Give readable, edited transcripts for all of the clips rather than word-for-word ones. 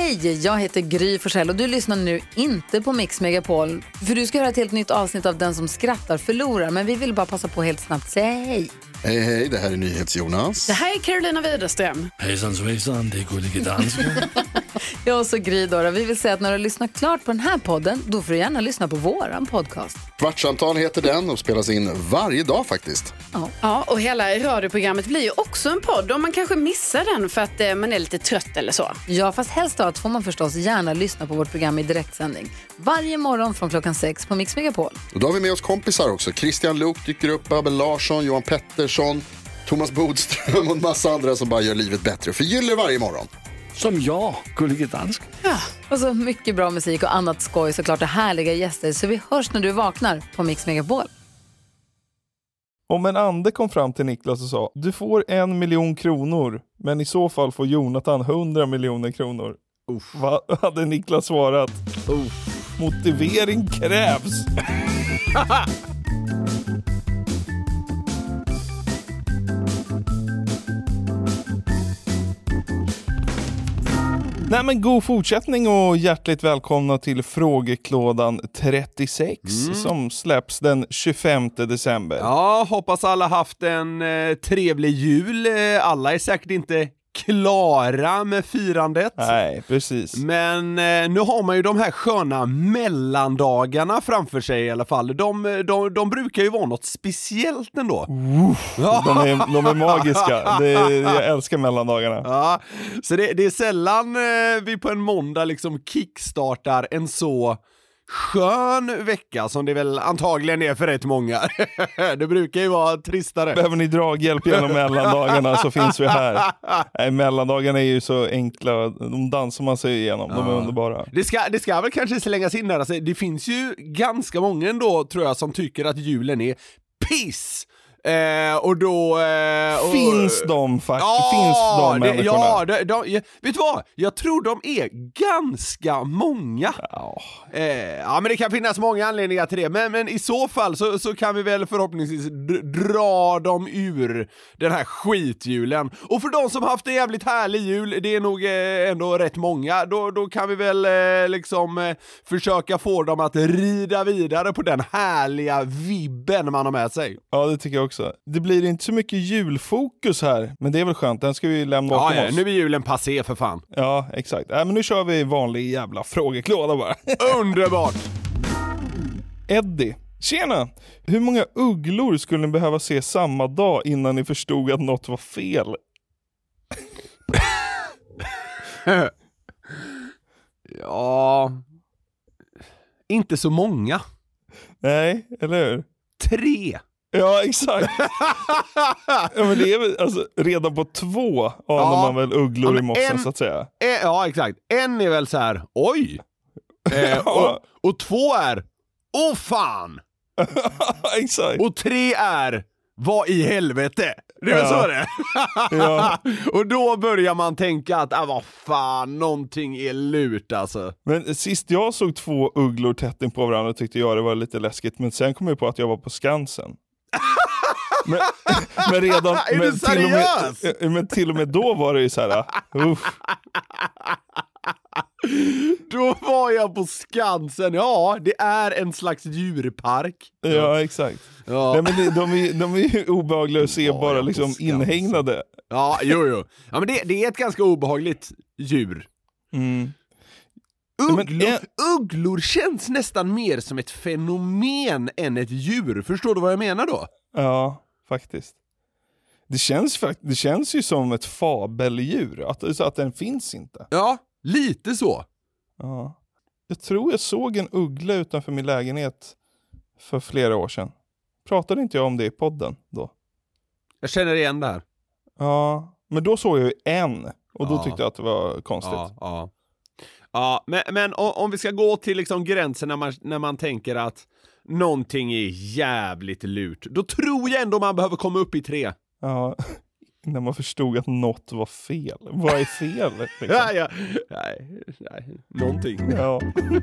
Hej, jag heter Gry Forssell och du lyssnar nu inte på Mix Megapol. För du ska höra ett helt nytt avsnitt av Den som skrattar förlorar. Men vi vill bara passa på helt snabbt säga hej. Hej, hej, det här är NyhetsJonas. Det här är Carolina Widerström. Hejsan svejsan, det är Gullige Dansken. Jag och så Gry då. Vi vill säga att när du har lyssnat klart på den här podden, då får du gärna lyssna på våran podcast. Kvartsamtal heter den och spelas in varje dag faktiskt. Ja, och hela radioprogrammet blir ju också en podd om man kanske missar den för att man är lite trött eller så. Ja, fast helst då att får man förstås gärna lyssna på vårt program i direktsändning. Varje morgon från 6:00 på Mix Megapol. Och då har vi med oss kompisar också. Christian Luuk dyker upp, Abel Larsson, Johan Pettersson, Thomas Bodström och en massa andra som bara gör livet bättre och förgyller varje morgon. Som jag, Gullige Dansken. Ja, och så mycket bra musik och annat skoj, såklart, och härliga gäster. Så vi hörs när du vaknar på Mix Megapol. Om en ande kom fram till Niklas och sa: du får 1 miljon kronor, men i så fall får Jonathan 100 miljoner kronor. Vad hade Niklas svarat? Motivering krävs. Nej, men god fortsättning och hjärtligt välkomna till Frågeklådan 36 som släpps den 25 december. Ja, hoppas alla haft en trevlig jul. Alla är säkert inte klara med firandet. Nej, precis. Men nu har man ju de här sköna mellandagarna framför sig i alla fall. De brukar ju vara något speciellt ändå. De är magiska. Jag älskar mellandagarna. Ja, så det är sällan vi på en måndag liksom kickstartar en så skön vecka som det väl antagligen är för rätt många. Det brukar ju vara tristare. Behöver ni draghjälp genom mellandagarna så finns vi här. Nej, mellandagarna är ju så enkla. De dansar man sig igenom. De är underbara. Det ska väl kanske slängas in där. Alltså, det finns ju ganska många ändå, tror jag, som tycker att julen är piss. Och då finns de faktiskt, finns de människorna. Vet du vad? Jag tror de är ganska många. Ja, men det kan finnas många anledningar till det. Men i så fall så kan vi väl förhoppningsvis dra dem ur den här skitjulen. Och för de som haft en jävligt härlig jul, det är nog ändå rätt många, då kan vi väl försöka få dem att rida vidare på den härliga vibben man har med sig. Ja, det tycker jag också. Det blir inte så mycket julfokus här, men det är väl skönt. Den ska vi lämna bakom oss. Nu är julen passé för fan. Ja, exakt. Men nu kör vi vanlig jävla frågeklåda bara. Underbart! Eddie, tjena! Hur många ugglor skulle ni behöva se samma dag innan ni förstod att något var fel? Ja... Inte så många. Nej, eller hur? 3. Ja, exakt. Ja, men det är väl, alltså, redan på 2 anar man väl ugglor i mossen, så att säga. Ja, exakt. En är väl så här: oj. Och 2 är: åh fan. Exakt. Och 3 är: vad i helvete. Det är väl så det. Ja. Och då börjar man tänka att vad fan, någonting är lurt alltså. Men sist jag såg 2 ugglor tätt in på varandra tyckte jag det var lite läskigt. Men sen kom jag på att jag var på Skansen. men redan... Är du seriös? Men till och med då var det ju så här... Då var jag på Skansen. Ja, det är en slags djurpark. Ja, exakt. Ja. Nej, men de är ju obehagliga att se, bara liksom inhägnade. Ja, jo. Ja, men det är ett ganska obehagligt djur. Ugglor känns nästan mer som ett fenomen än ett djur. Förstår du vad jag menar då? Ja, faktiskt. Det känns ju som ett fabeldjur. Att den finns inte. Ja, lite så. Ja. Jag tror jag såg en uggla utanför min lägenhet för flera år sedan. Pratade inte jag om det i podden då? Jag känner igen det här. Ja, men då såg jag ju en. Och då tyckte jag att det var konstigt. Ja, men om vi ska gå till liksom gränsen när man tänker att någonting är jävligt lurt, då tror jag ändå man behöver komma upp i 3. Ja, när man förstod att något var fel. Vad är fel? Liksom? Nej, någonting. Ja.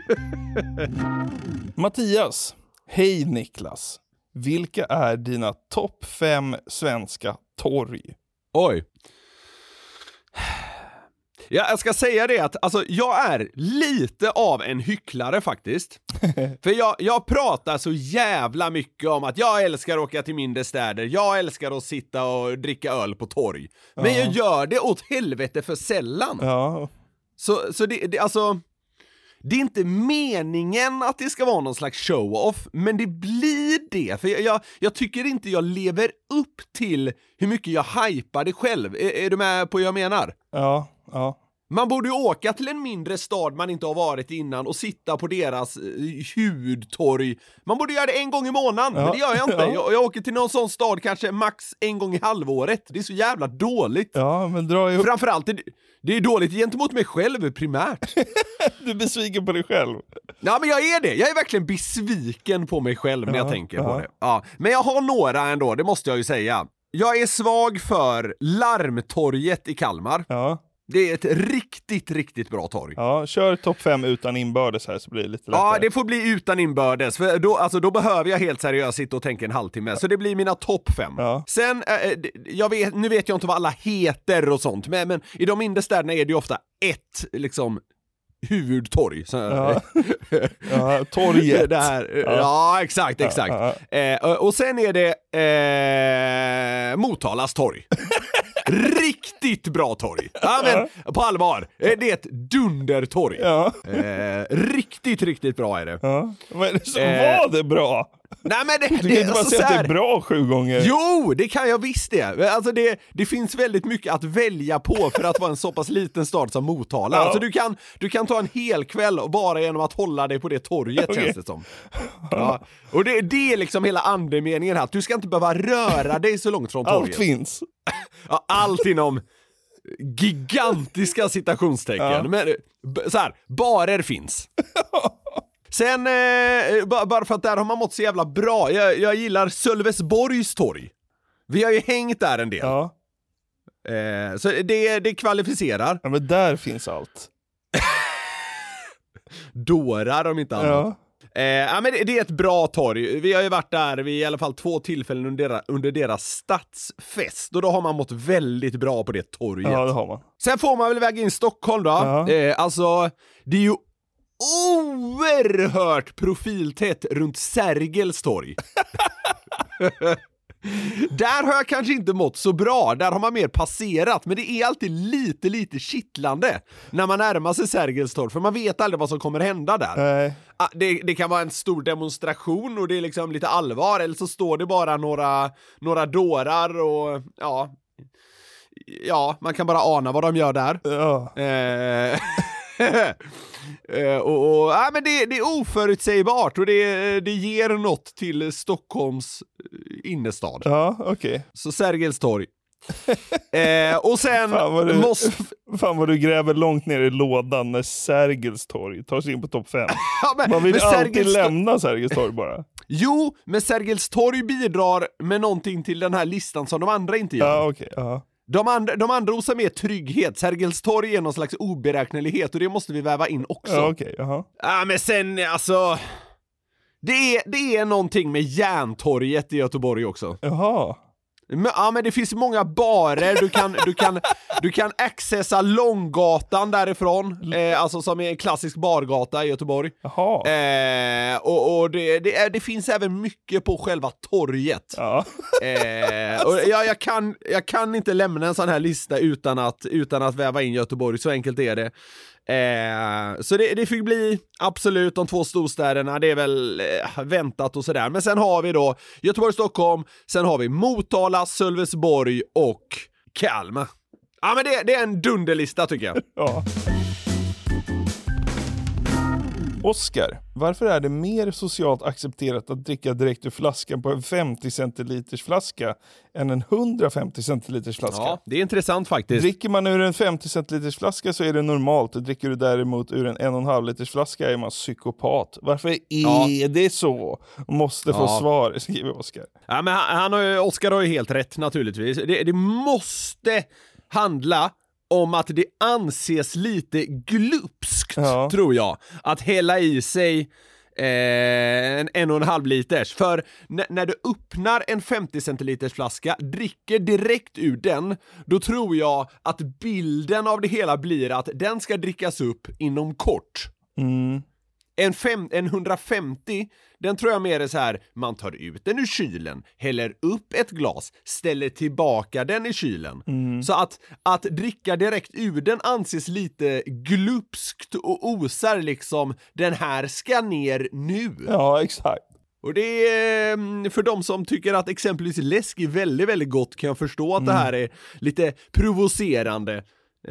Mattias, hej Niklas. Vilka är dina topp 5 svenska torg? Oj. Jag ska säga det att alltså, jag är lite av en hycklare faktiskt. För jag pratar så jävla mycket om att jag älskar att åka till mindre städer. Jag älskar att sitta och dricka öl på torg. Men jag gör det åt helvete för sällan. Ja. Så det alltså... Det är inte meningen att det ska vara någon slags show-off, men det blir det. För jag tycker inte jag lever upp till hur mycket jag hypar det själv. Är du med på vad jag menar? Ja. Man borde ju åka till en mindre stad man inte har varit innan och sitta på deras hudtorg. Man borde göra det en gång i månaden, men det gör jag inte. Jag åker till någon sån stad kanske max en gång i halvåret. Det är så jävla dåligt. Ja, men dra ihop. Framförallt, det är dåligt gentemot mig själv primärt. Du är besviken på dig själv. Ja, men jag är det. Jag är verkligen besviken på mig själv när jag tänker på det. Ja, men jag har några ändå, det måste jag ju säga. Jag är svag för Larmtorget i Kalmar. Ja. Det är ett riktigt, riktigt bra torg. Ja, kör topp 5 utan inbördes här så blir det lite lättare. Ja, det får bli utan inbördes. För då behöver jag helt seriöst sitta och tänka en halvtimme. Så det blir mina topp 5. Ja. Sen, nu vet jag inte vad alla heter och sånt. Men i de mindre städerna är det ju ofta ett, liksom, huvudtorg. Ja, torget. Det här, ja, exakt. Och sen är det Motalas torg. Riktigt bra torg. Ja, men på allvar. Det är ett dundertorg. Ja. Riktigt bra är det. Ja. Men så var det bra? Nej, men du kan inte bara säga att det är bra 7 gånger. Jo, det kan jag visst det. Alltså det finns väldigt mycket att välja på för att vara en så pass liten stad som Motala. Ja. Alltså du kan ta en hel kväll bara genom att hålla dig på det torget, känns det som. Ja. Och det är liksom hela andemeningen här. Du ska inte behöva röra dig så långt från torget. Allt finns. Ja, allt inom gigantiska citationstecken. Ja. Men så här, barer finns. Sen, bara för att där har man mått så jävla bra. Jag gillar Sölvesborgs torg. Vi har ju hängt där en del. Ja. Så det kvalificerar. Ja, men där finns allt. Dårar om inte annat. Ja, men det är ett bra torg. Vi har ju varit där vid i alla fall 2 tillfällen under deras stadsfest. Och då har man mått väldigt bra på det torget. Ja, det har man. Sen får man väl väga in Stockholm då. Ja. Alltså, det är ju oerhört profiltätt runt Sergels torg. Där har jag kanske inte mått så bra. Där har man mer passerat. Men det är alltid lite kittlande när man närmar sig Sergels torg. För man vet aldrig vad som kommer hända där. Det kan vara en stor demonstration och det är liksom lite allvar. Eller så står det bara några dårar och ja, man kan bara ana vad de gör där. Ja. Men det är oförutsägbart och det ger något till Stockholms innerstad. Ja, okej. Okay. Så Sergels torg. Och sen fan vad du gräver långt ner i lådan när Sergels torg tar sig in på topp 5. Ja, man vill alltid lämna Sergels torg bara. Jo, men Sergels torg bidrar med någonting till den här listan som de andra inte gör. Ja, okej. Okay. De andra osar med trygghet. Sergels torg är någon slags oberäknelighet och det måste vi väva in också. Ja, okej. Okay, ja, men sen, alltså... Det är någonting med Järntorget i Göteborg också. Jaha. Men det finns många barer. Du kan accessa Långgatan därifrån. Alltså som är en klassisk bargata i Göteborg. Jaha. Och det finns även mycket på själva torget. Ja. Och jag kan inte lämna en sån här lista utan att väva in Göteborg. Så enkelt är det. Så det fick bli absolut de 2 storstäderna. Det är väl väntat och sådär. Men sen har vi då Göteborg, Stockholm. Sen har vi Motala, Sölvesborg och Kalmar. Ja, men det är en dunderlista tycker jag. Ja. Oskar, varför är det mer socialt accepterat att dricka direkt ur flaskan på en 50 centiliters flaska än en 150 centiliters flaska? Ja, det är intressant faktiskt. Dricker man ur en 50 centiliters flaska så är det normalt. Dricker du däremot ur en 1,5 liters flaska är man psykopat. Varför är det så? Måste få svar, skriver Oskar. Ja, men Oskar har ju helt rätt naturligtvis. Det måste handla om att det anses lite glupskt, tror jag, att hälla i sig en 1,5 liters. För när du öppnar en 50 centiliters flaska, dricker direkt ur den, då tror jag att bilden av det hela blir att den ska drickas upp inom kort. En 150, den tror jag mer är så här, man tar ut den ur kylen, häller upp ett glas, ställer tillbaka den i kylen. Så att dricka direkt ur den anses lite glupskt och osar liksom, den här ska ner nu. Ja, exakt. Och det är, för de som tycker att exempelvis läsk är väldigt, väldigt gott, kan jag förstå att det här är lite provocerande.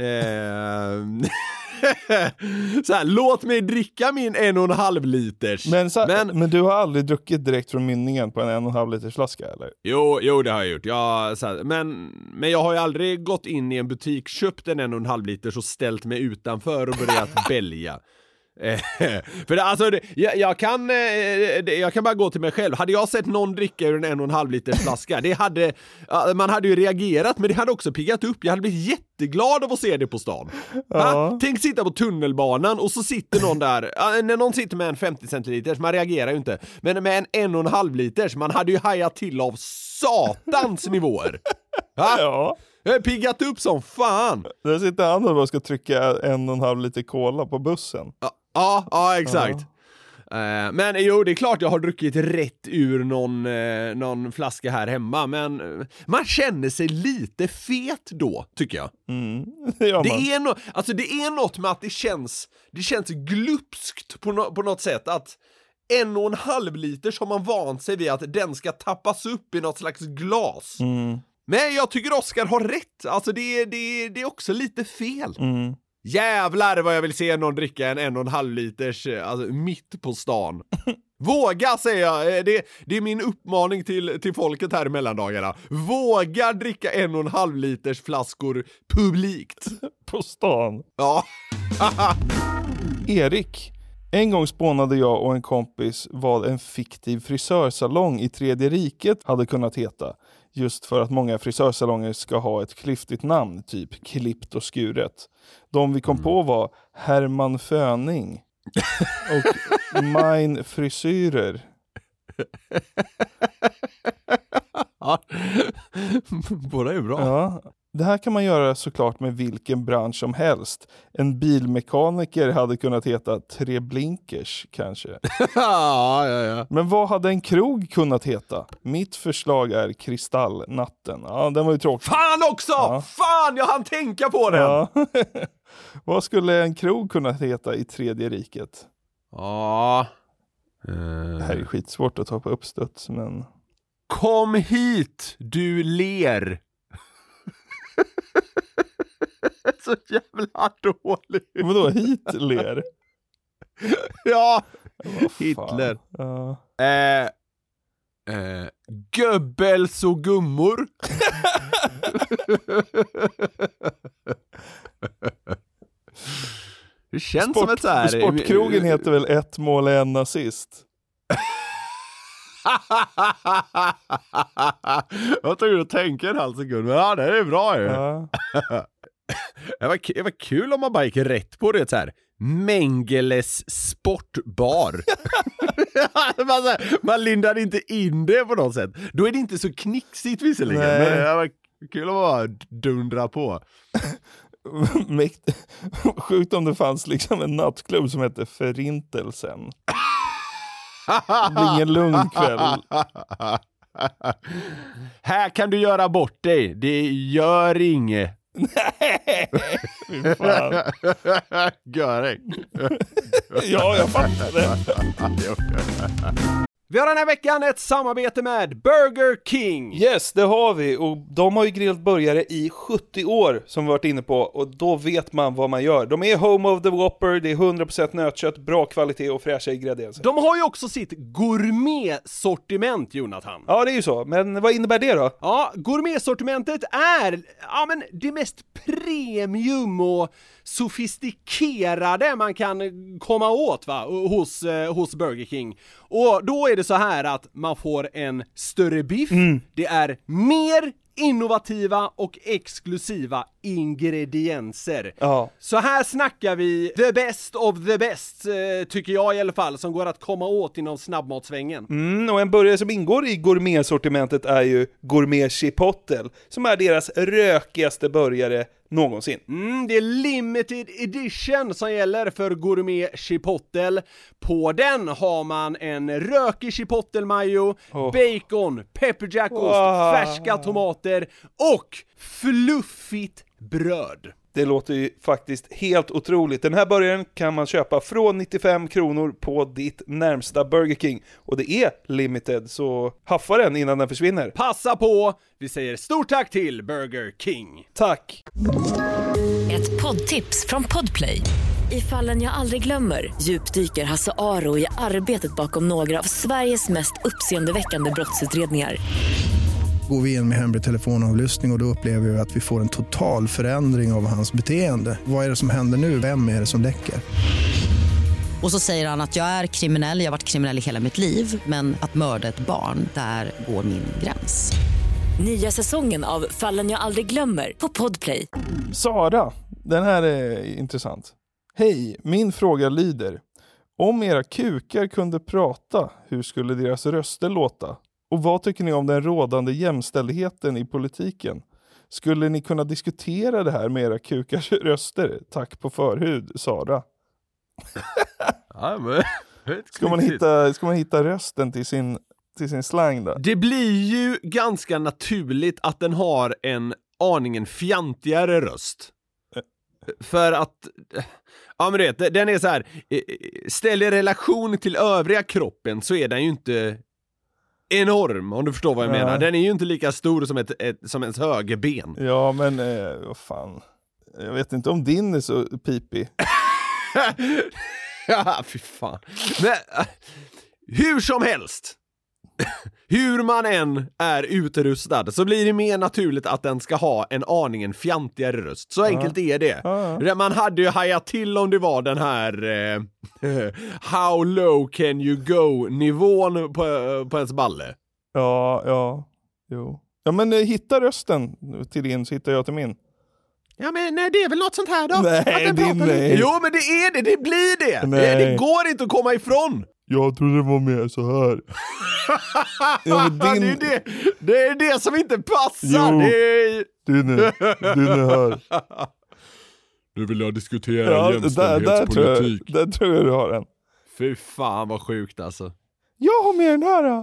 Så här, låt mig dricka min 1,5 liters. Men du har aldrig druckit direkt från mynningen på en 1,5 liters flaska, eller? Jo, det har jag gjort. Men jag har ju aldrig gått in i en butik, köpt en 1,5 liters och ställt mig utanför och börjat bälja. För det, alltså, jag kan bara gå till mig själv. Hade jag sett någon dricka ur en 1,5 liters flaska, man hade ju reagerat, men det hade också piggat upp. Jag hade blivit jätteglad av att se det på stan. Tänk sitta på tunnelbanan och så sitter någon där, när någon sitter med en 50 centiliters, man reagerar ju inte. Men med en 1,5 liters, man hade ju hajat till av satans nivåer. Ja. Jag är piggat upp som fan. Där sitter han och bara ska trycka 1,5 liter cola på bussen. Ja, exakt. Men jo, det är klart jag har druckit rätt ur någon flaska här hemma, men man känner sig lite fet då, tycker jag. Det är något med att det känns glupskt på något sätt, att 1,5 liters har man vant sig vid att den ska tappas upp i något slags glas. Men jag tycker Oscar har rätt. Alltså det är också lite fel. Jävlar vad jag vill se någon dricka en 1,5 liters, alltså mitt på stan. Våga, säger jag. Det är min uppmaning till folket här i mellandagarna. Våga dricka 1,5 liters flaskor publikt. På stan? Ja. Erik. En gång spånade jag och en kompis vad en fiktiv frisörsalong i Tredje riket hade kunnat heta. Just för att många frisörsalonger ska ha ett klyftigt namn, typ klippt och skuret. De vi kom på var Herman Föning och Mein Frisyrer. Ja, båda är bra. Ja. Det här kan man göra såklart med vilken bransch som helst. En bilmekaniker hade kunnat heta Tre Blinkers kanske. Ja. Men vad hade en krog kunnat heta? Mitt förslag är Kristallnatten. Ja, den var ju tråkig. Fan också! Ja. Fan, jag hann tänka på den! Ja. Vad skulle en krog kunna heta i Tredje riket? Ja. Det här är skitsvårt att ta på uppstuds, men... Kom hit, du ler! Så jävla dåligt. Vadå, Hitler? Ja, Hitler. Goebbels och gummor. Det känns som ett så här... Sportkrogen heter väl 1 mål 1 nazist? Jag tror att tänka en halv sekund, men ja, det är bra ju. Ja. Det var kul om man bara gick rätt på det så här. Mengeles sportbar. Man lindar inte in det på något sätt. Då är det inte så knixigt visserligen. Nej. Men det var kul om man bara dundra på. Sjukt om det fanns liksom en nattklubb som hette Förintelsen. Det blir ingen lugn kväll. Här kan du göra bort dig. Det gör inget. Nej, fan. Göring. Ja, jag fattar det. Vi har den här veckan ett samarbete med Burger King. Yes, det har vi. Och de har ju grillat burgare i 70 år som vi varit inne på. Och då vet man vad man gör. De är home of the Whopper, det är 100% nötkött, bra kvalitet och fräscha ingredienser. De har ju också sitt gourmet-sortiment, Jonathan. Ja, det är ju så. Men vad innebär det då? Ja, gourmet-sortimentet är det mest premium och sofistikerade man kan komma åt hos Burger King. Och då är det så här att man får en större biff. Det är mer innovativa och exklusiva ingredienser. Ja. Så här snackar vi the best of the best, tycker jag i alla fall, som går att komma åt inom snabbmatsvängen. Och en burgare som ingår i gourmetsortimentet är ju Gourmet Chipotle, som är deras rökigaste burgare någonsin. Det är limited edition som gäller för Gourmet Chipotle. På den har man en rökig chipotle mayo, bacon, pepperjackost, färska tomater och fluffigt bröd. Det låter ju faktiskt helt otroligt. Den här burgaren kan man köpa från 95 kronor på ditt närmsta Burger King. Och det är limited, så haffa den innan den försvinner. Passa på! Vi säger stort tack till Burger King. Tack! Ett poddtips från Podplay. I Fallen jag aldrig glömmer djupdyker Hasse Aro i arbetet bakom några av Sveriges mest uppseendeväckande brottsutredningar. Går vi in med hemlig telefonavlyssning och då upplever vi att vi får en total förändring av hans beteende. Vad är det som händer nu? Vem är det som läcker? Och så säger han att jag är kriminell, jag har varit kriminell i hela mitt liv. Men att mörda ett barn, där går min gräns. Nya säsongen av Fallen jag aldrig glömmer på Podplay. Sara, den här är intressant. Hej, min fråga lyder: om era kukar kunde prata, hur skulle deras röster låta? Och vad tycker ni om den rådande jämställdheten i politiken? Skulle ni kunna diskutera det här med era kukars röster? Tack på förhud, Sara. Ja, men Ska man hitta rösten till sin slang då? Det blir ju ganska naturligt att den har en aningen fjantigare röst. För att, ja men det, den är så här, ställ i relation till övriga kroppen så är den ju inte enorm, om du förstår vad jag menar. Den är ju inte lika stor som ens högerben. Ja, men vad fan. Jag vet inte om din är så pipig. Ja, fy fan. Men hur som helst, hur man än är utrustad så blir det mer naturligt att den ska ha en aningen fjantigare röst. Så enkelt är det. Man hade ju hajat till om det var den här how low can you go nivån på ens balle. Jo. Ja, men hitta rösten till din så hittar jag till min. Ja, men nej, det är väl något sånt här då? Nej, nej. Jo, men det är det, det blir det. Det går inte att komma ifrån. Jag trodde det var mer så här. Ja, men det är det som inte passar. Jo, din är här. Nu vill jag diskutera jämställdhetspolitik. Där tror jag du har den. Fy fan vad sjukt alltså. Jag har med den här då.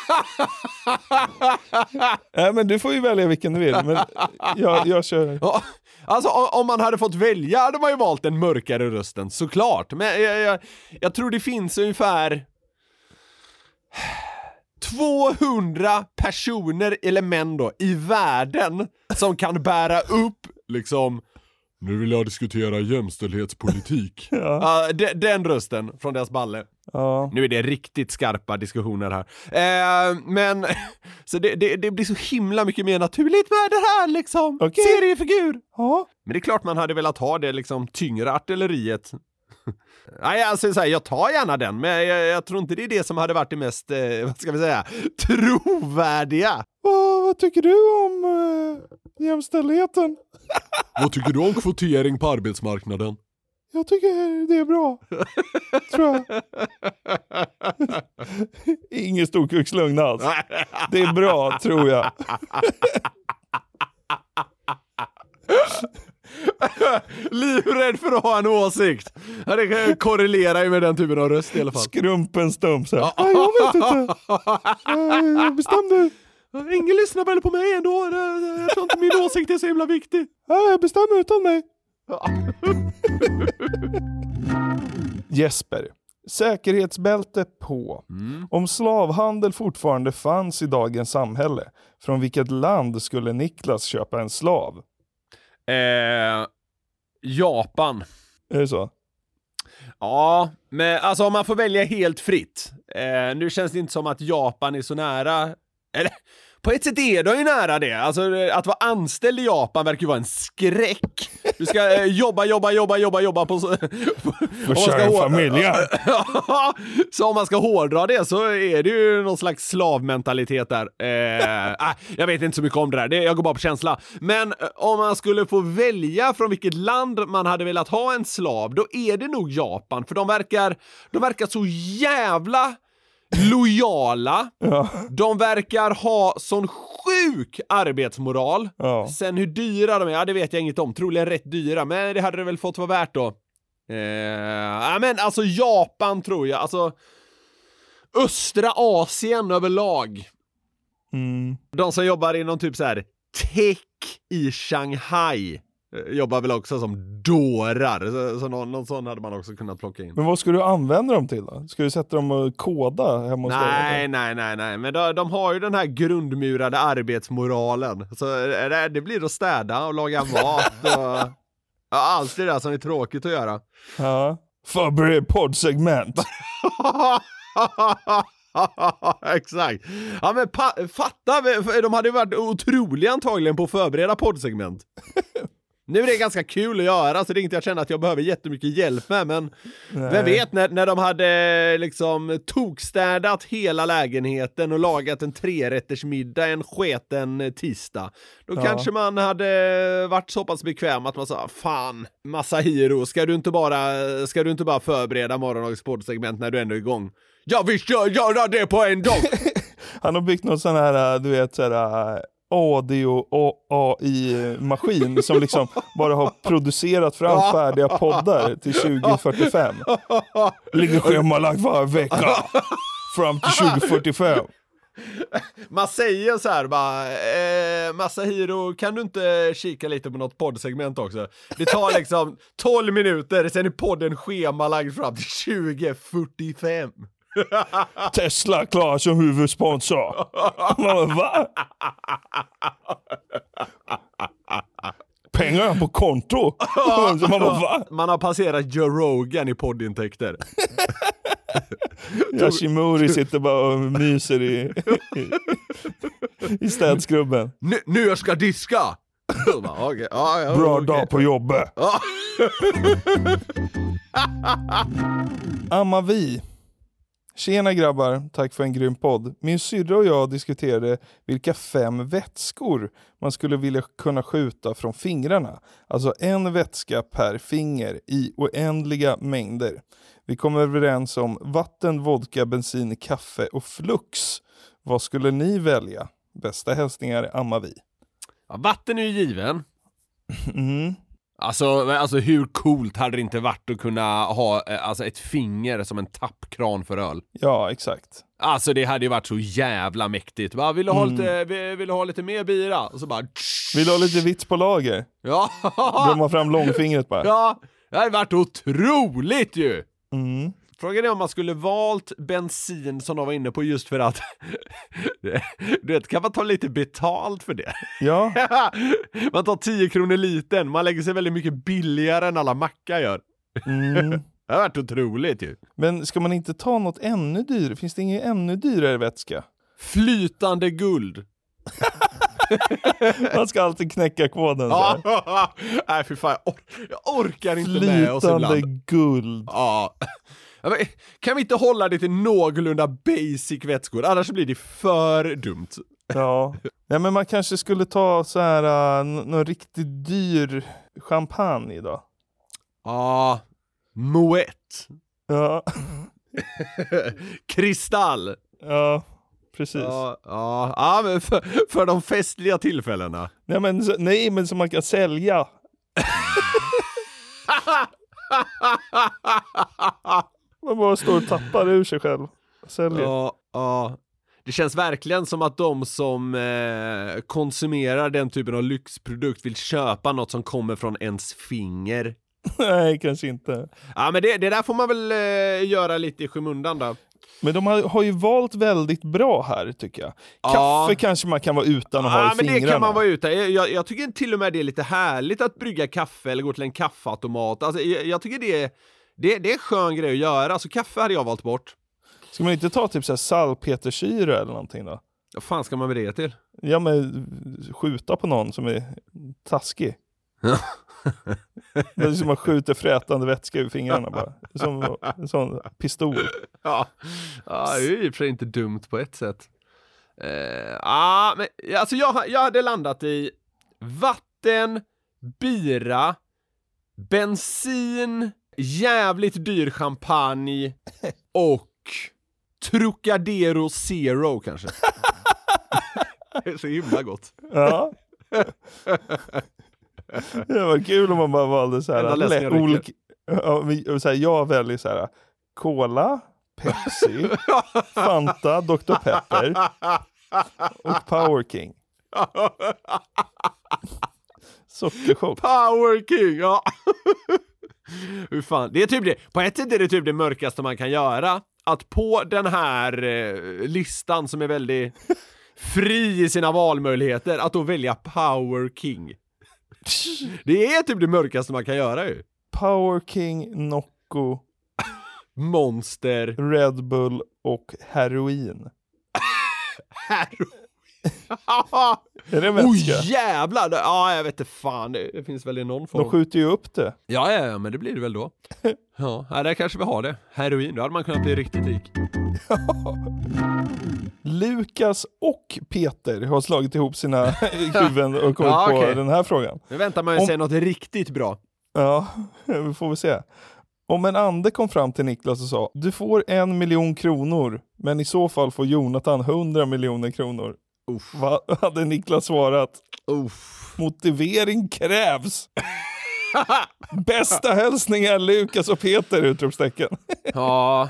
Nej, men du får ju välja vilken du vill. Men jag kör. Ja, alltså om man hade fått välja hade man ju valt den mörkare rösten, såklart. Men jag tror det finns ungefär 200 personer eller män då i världen som kan bära upp liksom, nu vill jag diskutera jämställdhetspolitik. Den rösten från deras balle. Nu är det riktigt skarpa diskussioner här. Men så det blir så himla mycket mer naturligt med det här liksom. Seriefigur. Men det är klart man hade velat ha det liksom tyngre artilleriet. Nej, alltså så här, jag tar gärna den, men jag tror inte det är det som hade varit det mest, vad ska vi säga, trovärdiga. Vad tycker du om jämställdheten? Vad tycker du om kvotering på arbetsmarknaden? Jag tycker det är bra. Tror jag. Ingen storkukslugn alls. Det är bra, tror jag. Livrädd för att ha en åsikt. Det korrelerar ju med den typen av röst i alla fall. Skrumpen stump så här. Jag vet inte. Bestäm dig. Ingen lyssnar väl på mig ändå. Jag tror inte min åsikt är så himla viktig. Jag bestämmer utan mig. Jesper. Säkerhetsbälte på. Om slavhandel fortfarande fanns i dagens samhälle, från vilket land skulle Niklas köpa en slav? Japan. Är det så? Ja, men alltså om man får välja helt fritt. Nu känns det inte som att Japan är så nära. Eller På ett sätt är de ju nära det. Alltså att vara anställd i Japan verkar ju vara en skräck. Du ska jobba på försörja familjen. Så om man ska hårdra det så är det ju någon slags slavmentalitet där. Jag vet inte så mycket om det där. Jag går bara på känsla. Men om man skulle få välja från vilket land man hade velat ha en slav, då är det nog Japan. För de verkar så jävla lojala. Ja. De verkar ha sån sjuk arbetsmoral. Ja. Sen hur dyra de är, det vet jag inget om. Troligen rätt dyra, men det hade det väl fått vara värt då. Men alltså Japan tror jag. Alltså östra Asien överlag. De som jobbar inom typ så här tech i Shanghai jobbar väl också som dårar. Så någon sån hade man också kunnat plocka in. Men vad ska du använda dem till då? Ska du sätta dem och koda hemma hos dig? Nej. Men de har ju den här grundmurade arbetsmoralen. Så det blir att städa och laga mat. Och, allt det där som är tråkigt att göra. Ja. Förbered poddsegment. Exakt. Ja men fatta, de hade ju varit otroliga antagligen på att förbereda poddsegment. Nu är det ganska kul att göra, så det är inte jag känner att jag behöver jättemycket hjälp med, men vem vet när de hade liksom tokstädat hela lägenheten och lagat en 3-rättersmiddag en sketen tisdag. Då kanske man hade varit så pass bekväm att man sa, fan Masahiro, ska du inte bara förbereda morgondagens poddsegment när du ändå är igång? Ja, vi ska göra det på en dag. Han har byggt någon sån här, du vet, så här audio AI-maskin som liksom bara har producerat fram färdiga poddar till 2045. Ligger schemalagt var vecka fram till 2045. Man säger så här bara, Masahiro, kan du inte kika lite på något poddsegment också? Det tar liksom 12 minuter, sen är podden schemalagd fram till 2045. Tesla klar som huvudsponsor. Va? Pengar på konto. Man har passerat Joe Rogan i poddintäkter. Yoshimori sitter bara och myser i städskrubben. Nu jag ska diska. Okay. Bra dag på jobbet. Amavi. Tjena grabbar, tack för en grym podd. Min syrra och jag diskuterade vilka 5 vätskor man skulle vilja kunna skjuta från fingrarna. Alltså en vätska per finger i oändliga mängder. Vi kom överens om vatten, vodka, bensin, kaffe och flux. Vad skulle ni välja? Bästa hälsningar, Amavi. Ja, vatten är ju given. Alltså hur coolt hade det inte varit att kunna ha ett finger som en tappkran för öl? Ja, exakt. Alltså det hade ju varit så jävla mäktigt. Bara, vill du ha lite mer bira? Och så bara... Vill du ha lite vitt på lager? Ja. Blomma fram långfingret bara. Ja, det hade varit otroligt ju. Frågan är om man skulle valt bensin som de var inne på just för att du vet, kan man ta lite betalt för det? Ja. Man tar 10 kronor liten. Man lägger sig väldigt mycket billigare än alla mackar gör. Det har varit otroligt ju. Men ska man inte ta något ännu dyrare? Finns det ingen ännu dyrare vätska? Flytande guld. Man ska alltid knäcka koden. Nej för fan, jag orkar inte med oss ibland. Flytande guld. Ja. Kan vi inte hålla det till någorlunda basic vätskor? Annars blir det för dumt. Ja. Nej, men man kanske skulle ta så här någon riktigt dyr champagne då. Ja. Moet. Ja. Kristall. Ja, precis. Ja, men för de festliga tillfällena. Nej, men som man kan sälja. Man bara står och tappar ur sig själv. Säljer. Ja. Det känns verkligen som att de som konsumerar den typen av lyxprodukt vill köpa något som kommer från ens finger. Nej, kanske inte. Ja, men det där får man väl göra lite i skymundan då. Men de har ju valt väldigt bra här, tycker jag. Kaffe kanske man kan vara utan att ha i fingrarna. Men det kan man vara utan. Jag tycker till och med det är lite härligt att brygga kaffe eller gå till en kaffeautomat. Alltså, jag tycker det är en skön grej att göra. Alltså kaffe hade jag valt bort. Ska man inte ta typ så här salpetersyra eller någonting då? Vad fan ska man med det till? Ja, men skjuta på någon som är taskig. Det är som att skjuta frätande vätska ur fingrarna bara. Som en sån pistol. Ja, det är i och för sig inte dumt på ett sätt. Men alltså jag hade landat i vatten, bira, bensin, jävligt dyr champagne och Trocadero Zero kanske. Det är så himla gott. Ja. Det var kul om man bara valde så här olika. Jag väljer så här Cola, Pepsi, Fanta, Dr. Pepper och Power King. Sockerchock. Power King, ja. Hur fan, det är typ det. På ett sätt är det typ det mörkaste man kan göra. Att på den här listan som är väldigt fri i sina valmöjligheter, att då välja Power King. Det är typ det mörkaste man kan göra ju. Power King, Nocco, Monster, Red Bull och heroin. Är det vätska? Jävlar! Ja, jag vet inte fan. Det finns väl i någon form. De skjuter ju upp det. Ja, men det blir det väl då. Ja, där kanske vi har det. Heroin, då hade man kunnat bli riktigt rik. Lukas och Peter har slagit ihop sina huvuden och kommit på den här frågan. Nu väntar man ju säga något riktigt bra. Ja, vi får väl se. Om en ande kom fram till Niklas och sa: du får 1 miljon kronor, men i så fall får Jonathan 100 miljoner kronor. Vad hade Niklas svarat? Motivering krävs. Bästa hälsningar Lukas och Peter, utropstecken. Ja,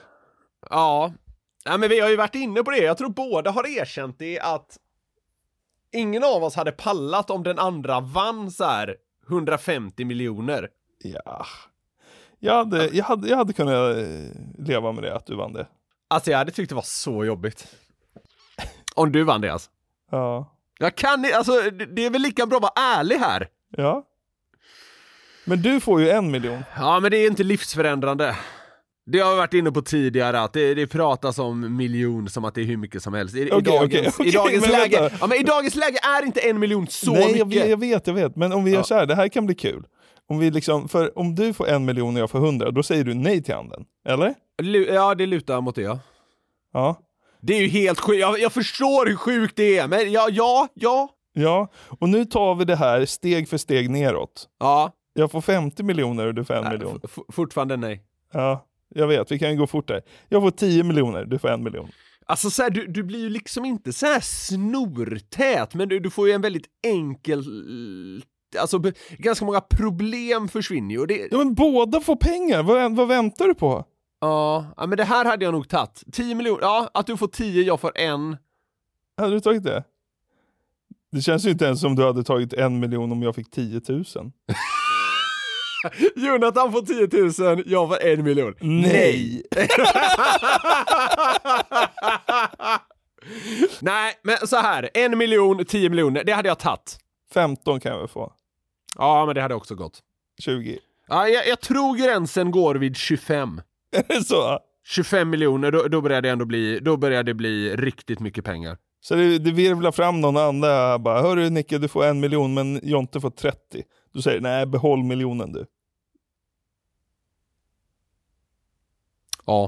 men vi har ju varit inne på det. Jag tror båda har erkänt det, att ingen av oss hade pallat om den andra vann så här 150 miljoner. Ja. Jag hade kunnat leva med det, att du vann det. Alltså jag hade tyckt det var så jobbigt. Om du vann det alltså. Ja. Jag kan alltså det är väl lika bra att vara ärlig här. Ja. Men du får ju 1 miljon. Ja, men det är inte livsförändrande. Det har vi varit inne på tidigare, att det pratas om miljon som att det är hur mycket som helst. I dagens läge. Ja, men i dagens läge är inte 1 miljon så mycket. Nej, jag vet. Men om vi gör så här, det här kan bli kul. Om vi liksom, för om du får 1 miljon och jag får 100, då säger du nej till handeln, eller? Ja, det lutar mot det, ja. Det är ju helt sjukt. Jag förstår hur sjukt det är, men ja. Ja, och nu tar vi det här steg för steg neråt. Ja. Jag får 50 miljoner och du får 1 miljon. Fortfarande nej. Ja, jag vet. Vi kan ju gå fort där. Jag får 10 miljoner, du får 1 miljon. Alltså så här, du blir ju liksom inte så här snortät, men du får ju en väldigt enkel... Alltså ganska många problem försvinner ju. Och det... Ja, men båda får pengar. Vad väntar du på? Ja, men det här hade jag nog tagit. 10 miljoner, ja, att du får 10, jag får 1. Hade du tagit det? Det känns ju inte ens som du hade tagit 1 miljon om jag fick 10 000. Jonathan får 10 000, jag får 1 miljon. Nej! Nej, men så här. 1 miljon, 10 miljoner, det hade jag tagit. 15 kan jag väl få. Ja, men det hade också gått. 20. Ja, jag tror gränsen går vid 25. Är det så? 25 miljoner, då börjar det bli riktigt mycket pengar. Så det virvlar fram någon annan bara: hörru Nicke, du får 1 miljon men Jonte får 30. Du säger: nej, behåll miljonen du. Ja.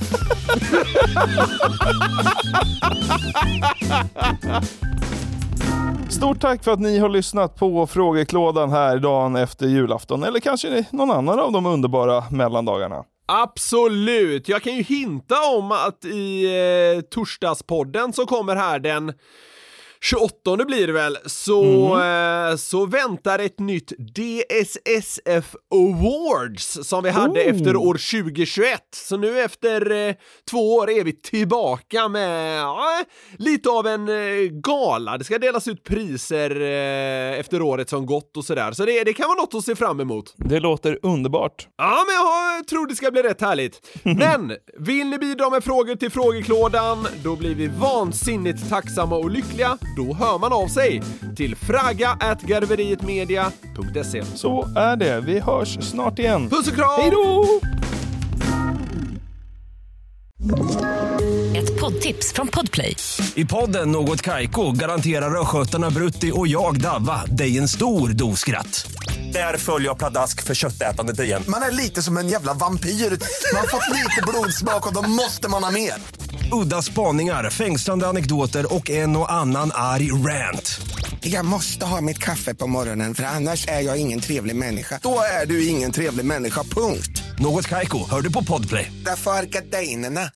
Stort tack för att ni har lyssnat på Frågeklådan här dagen efter julafton. Eller kanske någon annan av de underbara mellandagarna. Absolut! Jag kan ju hinta om att i torsdagspodden som kommer här den 28 blir det väl, så väntar ett nytt DSSF Awards som vi hade efter år 2021. Så nu efter 2 år är vi tillbaka med lite av en gala. Det ska delas ut priser efter året som gått och sådär. Så det kan vara något att se fram emot. Det låter underbart. Ja, men jag tror det ska bli rätt härligt. Men vill ni bidra med frågor till Frågeklådan, då blir vi vansinnigt tacksamma och lyckliga. Då hör man av sig till fraga@garverietmedia.se. Så är det. Vi hörs snart igen. Puss och kram! Hej då! Ett poddtips från Podplay. I podden Något Kaiko garanterar röskötarna Brutti och jag Davva dig en stor doskratt. Där följer jag pladask för köttätandet igen. Man är lite som en jävla vampyr. Man har fått lite blodsmak och då måste man ha mer. Udda spaningar, fängslande anekdoter och en och annan arg rant. Jag måste ha mitt kaffe på morgonen för annars är jag ingen trevlig människa. Då är du ingen trevlig människa, punkt. Något Kaiko, hör du på Podplay. Därför är gardinerna.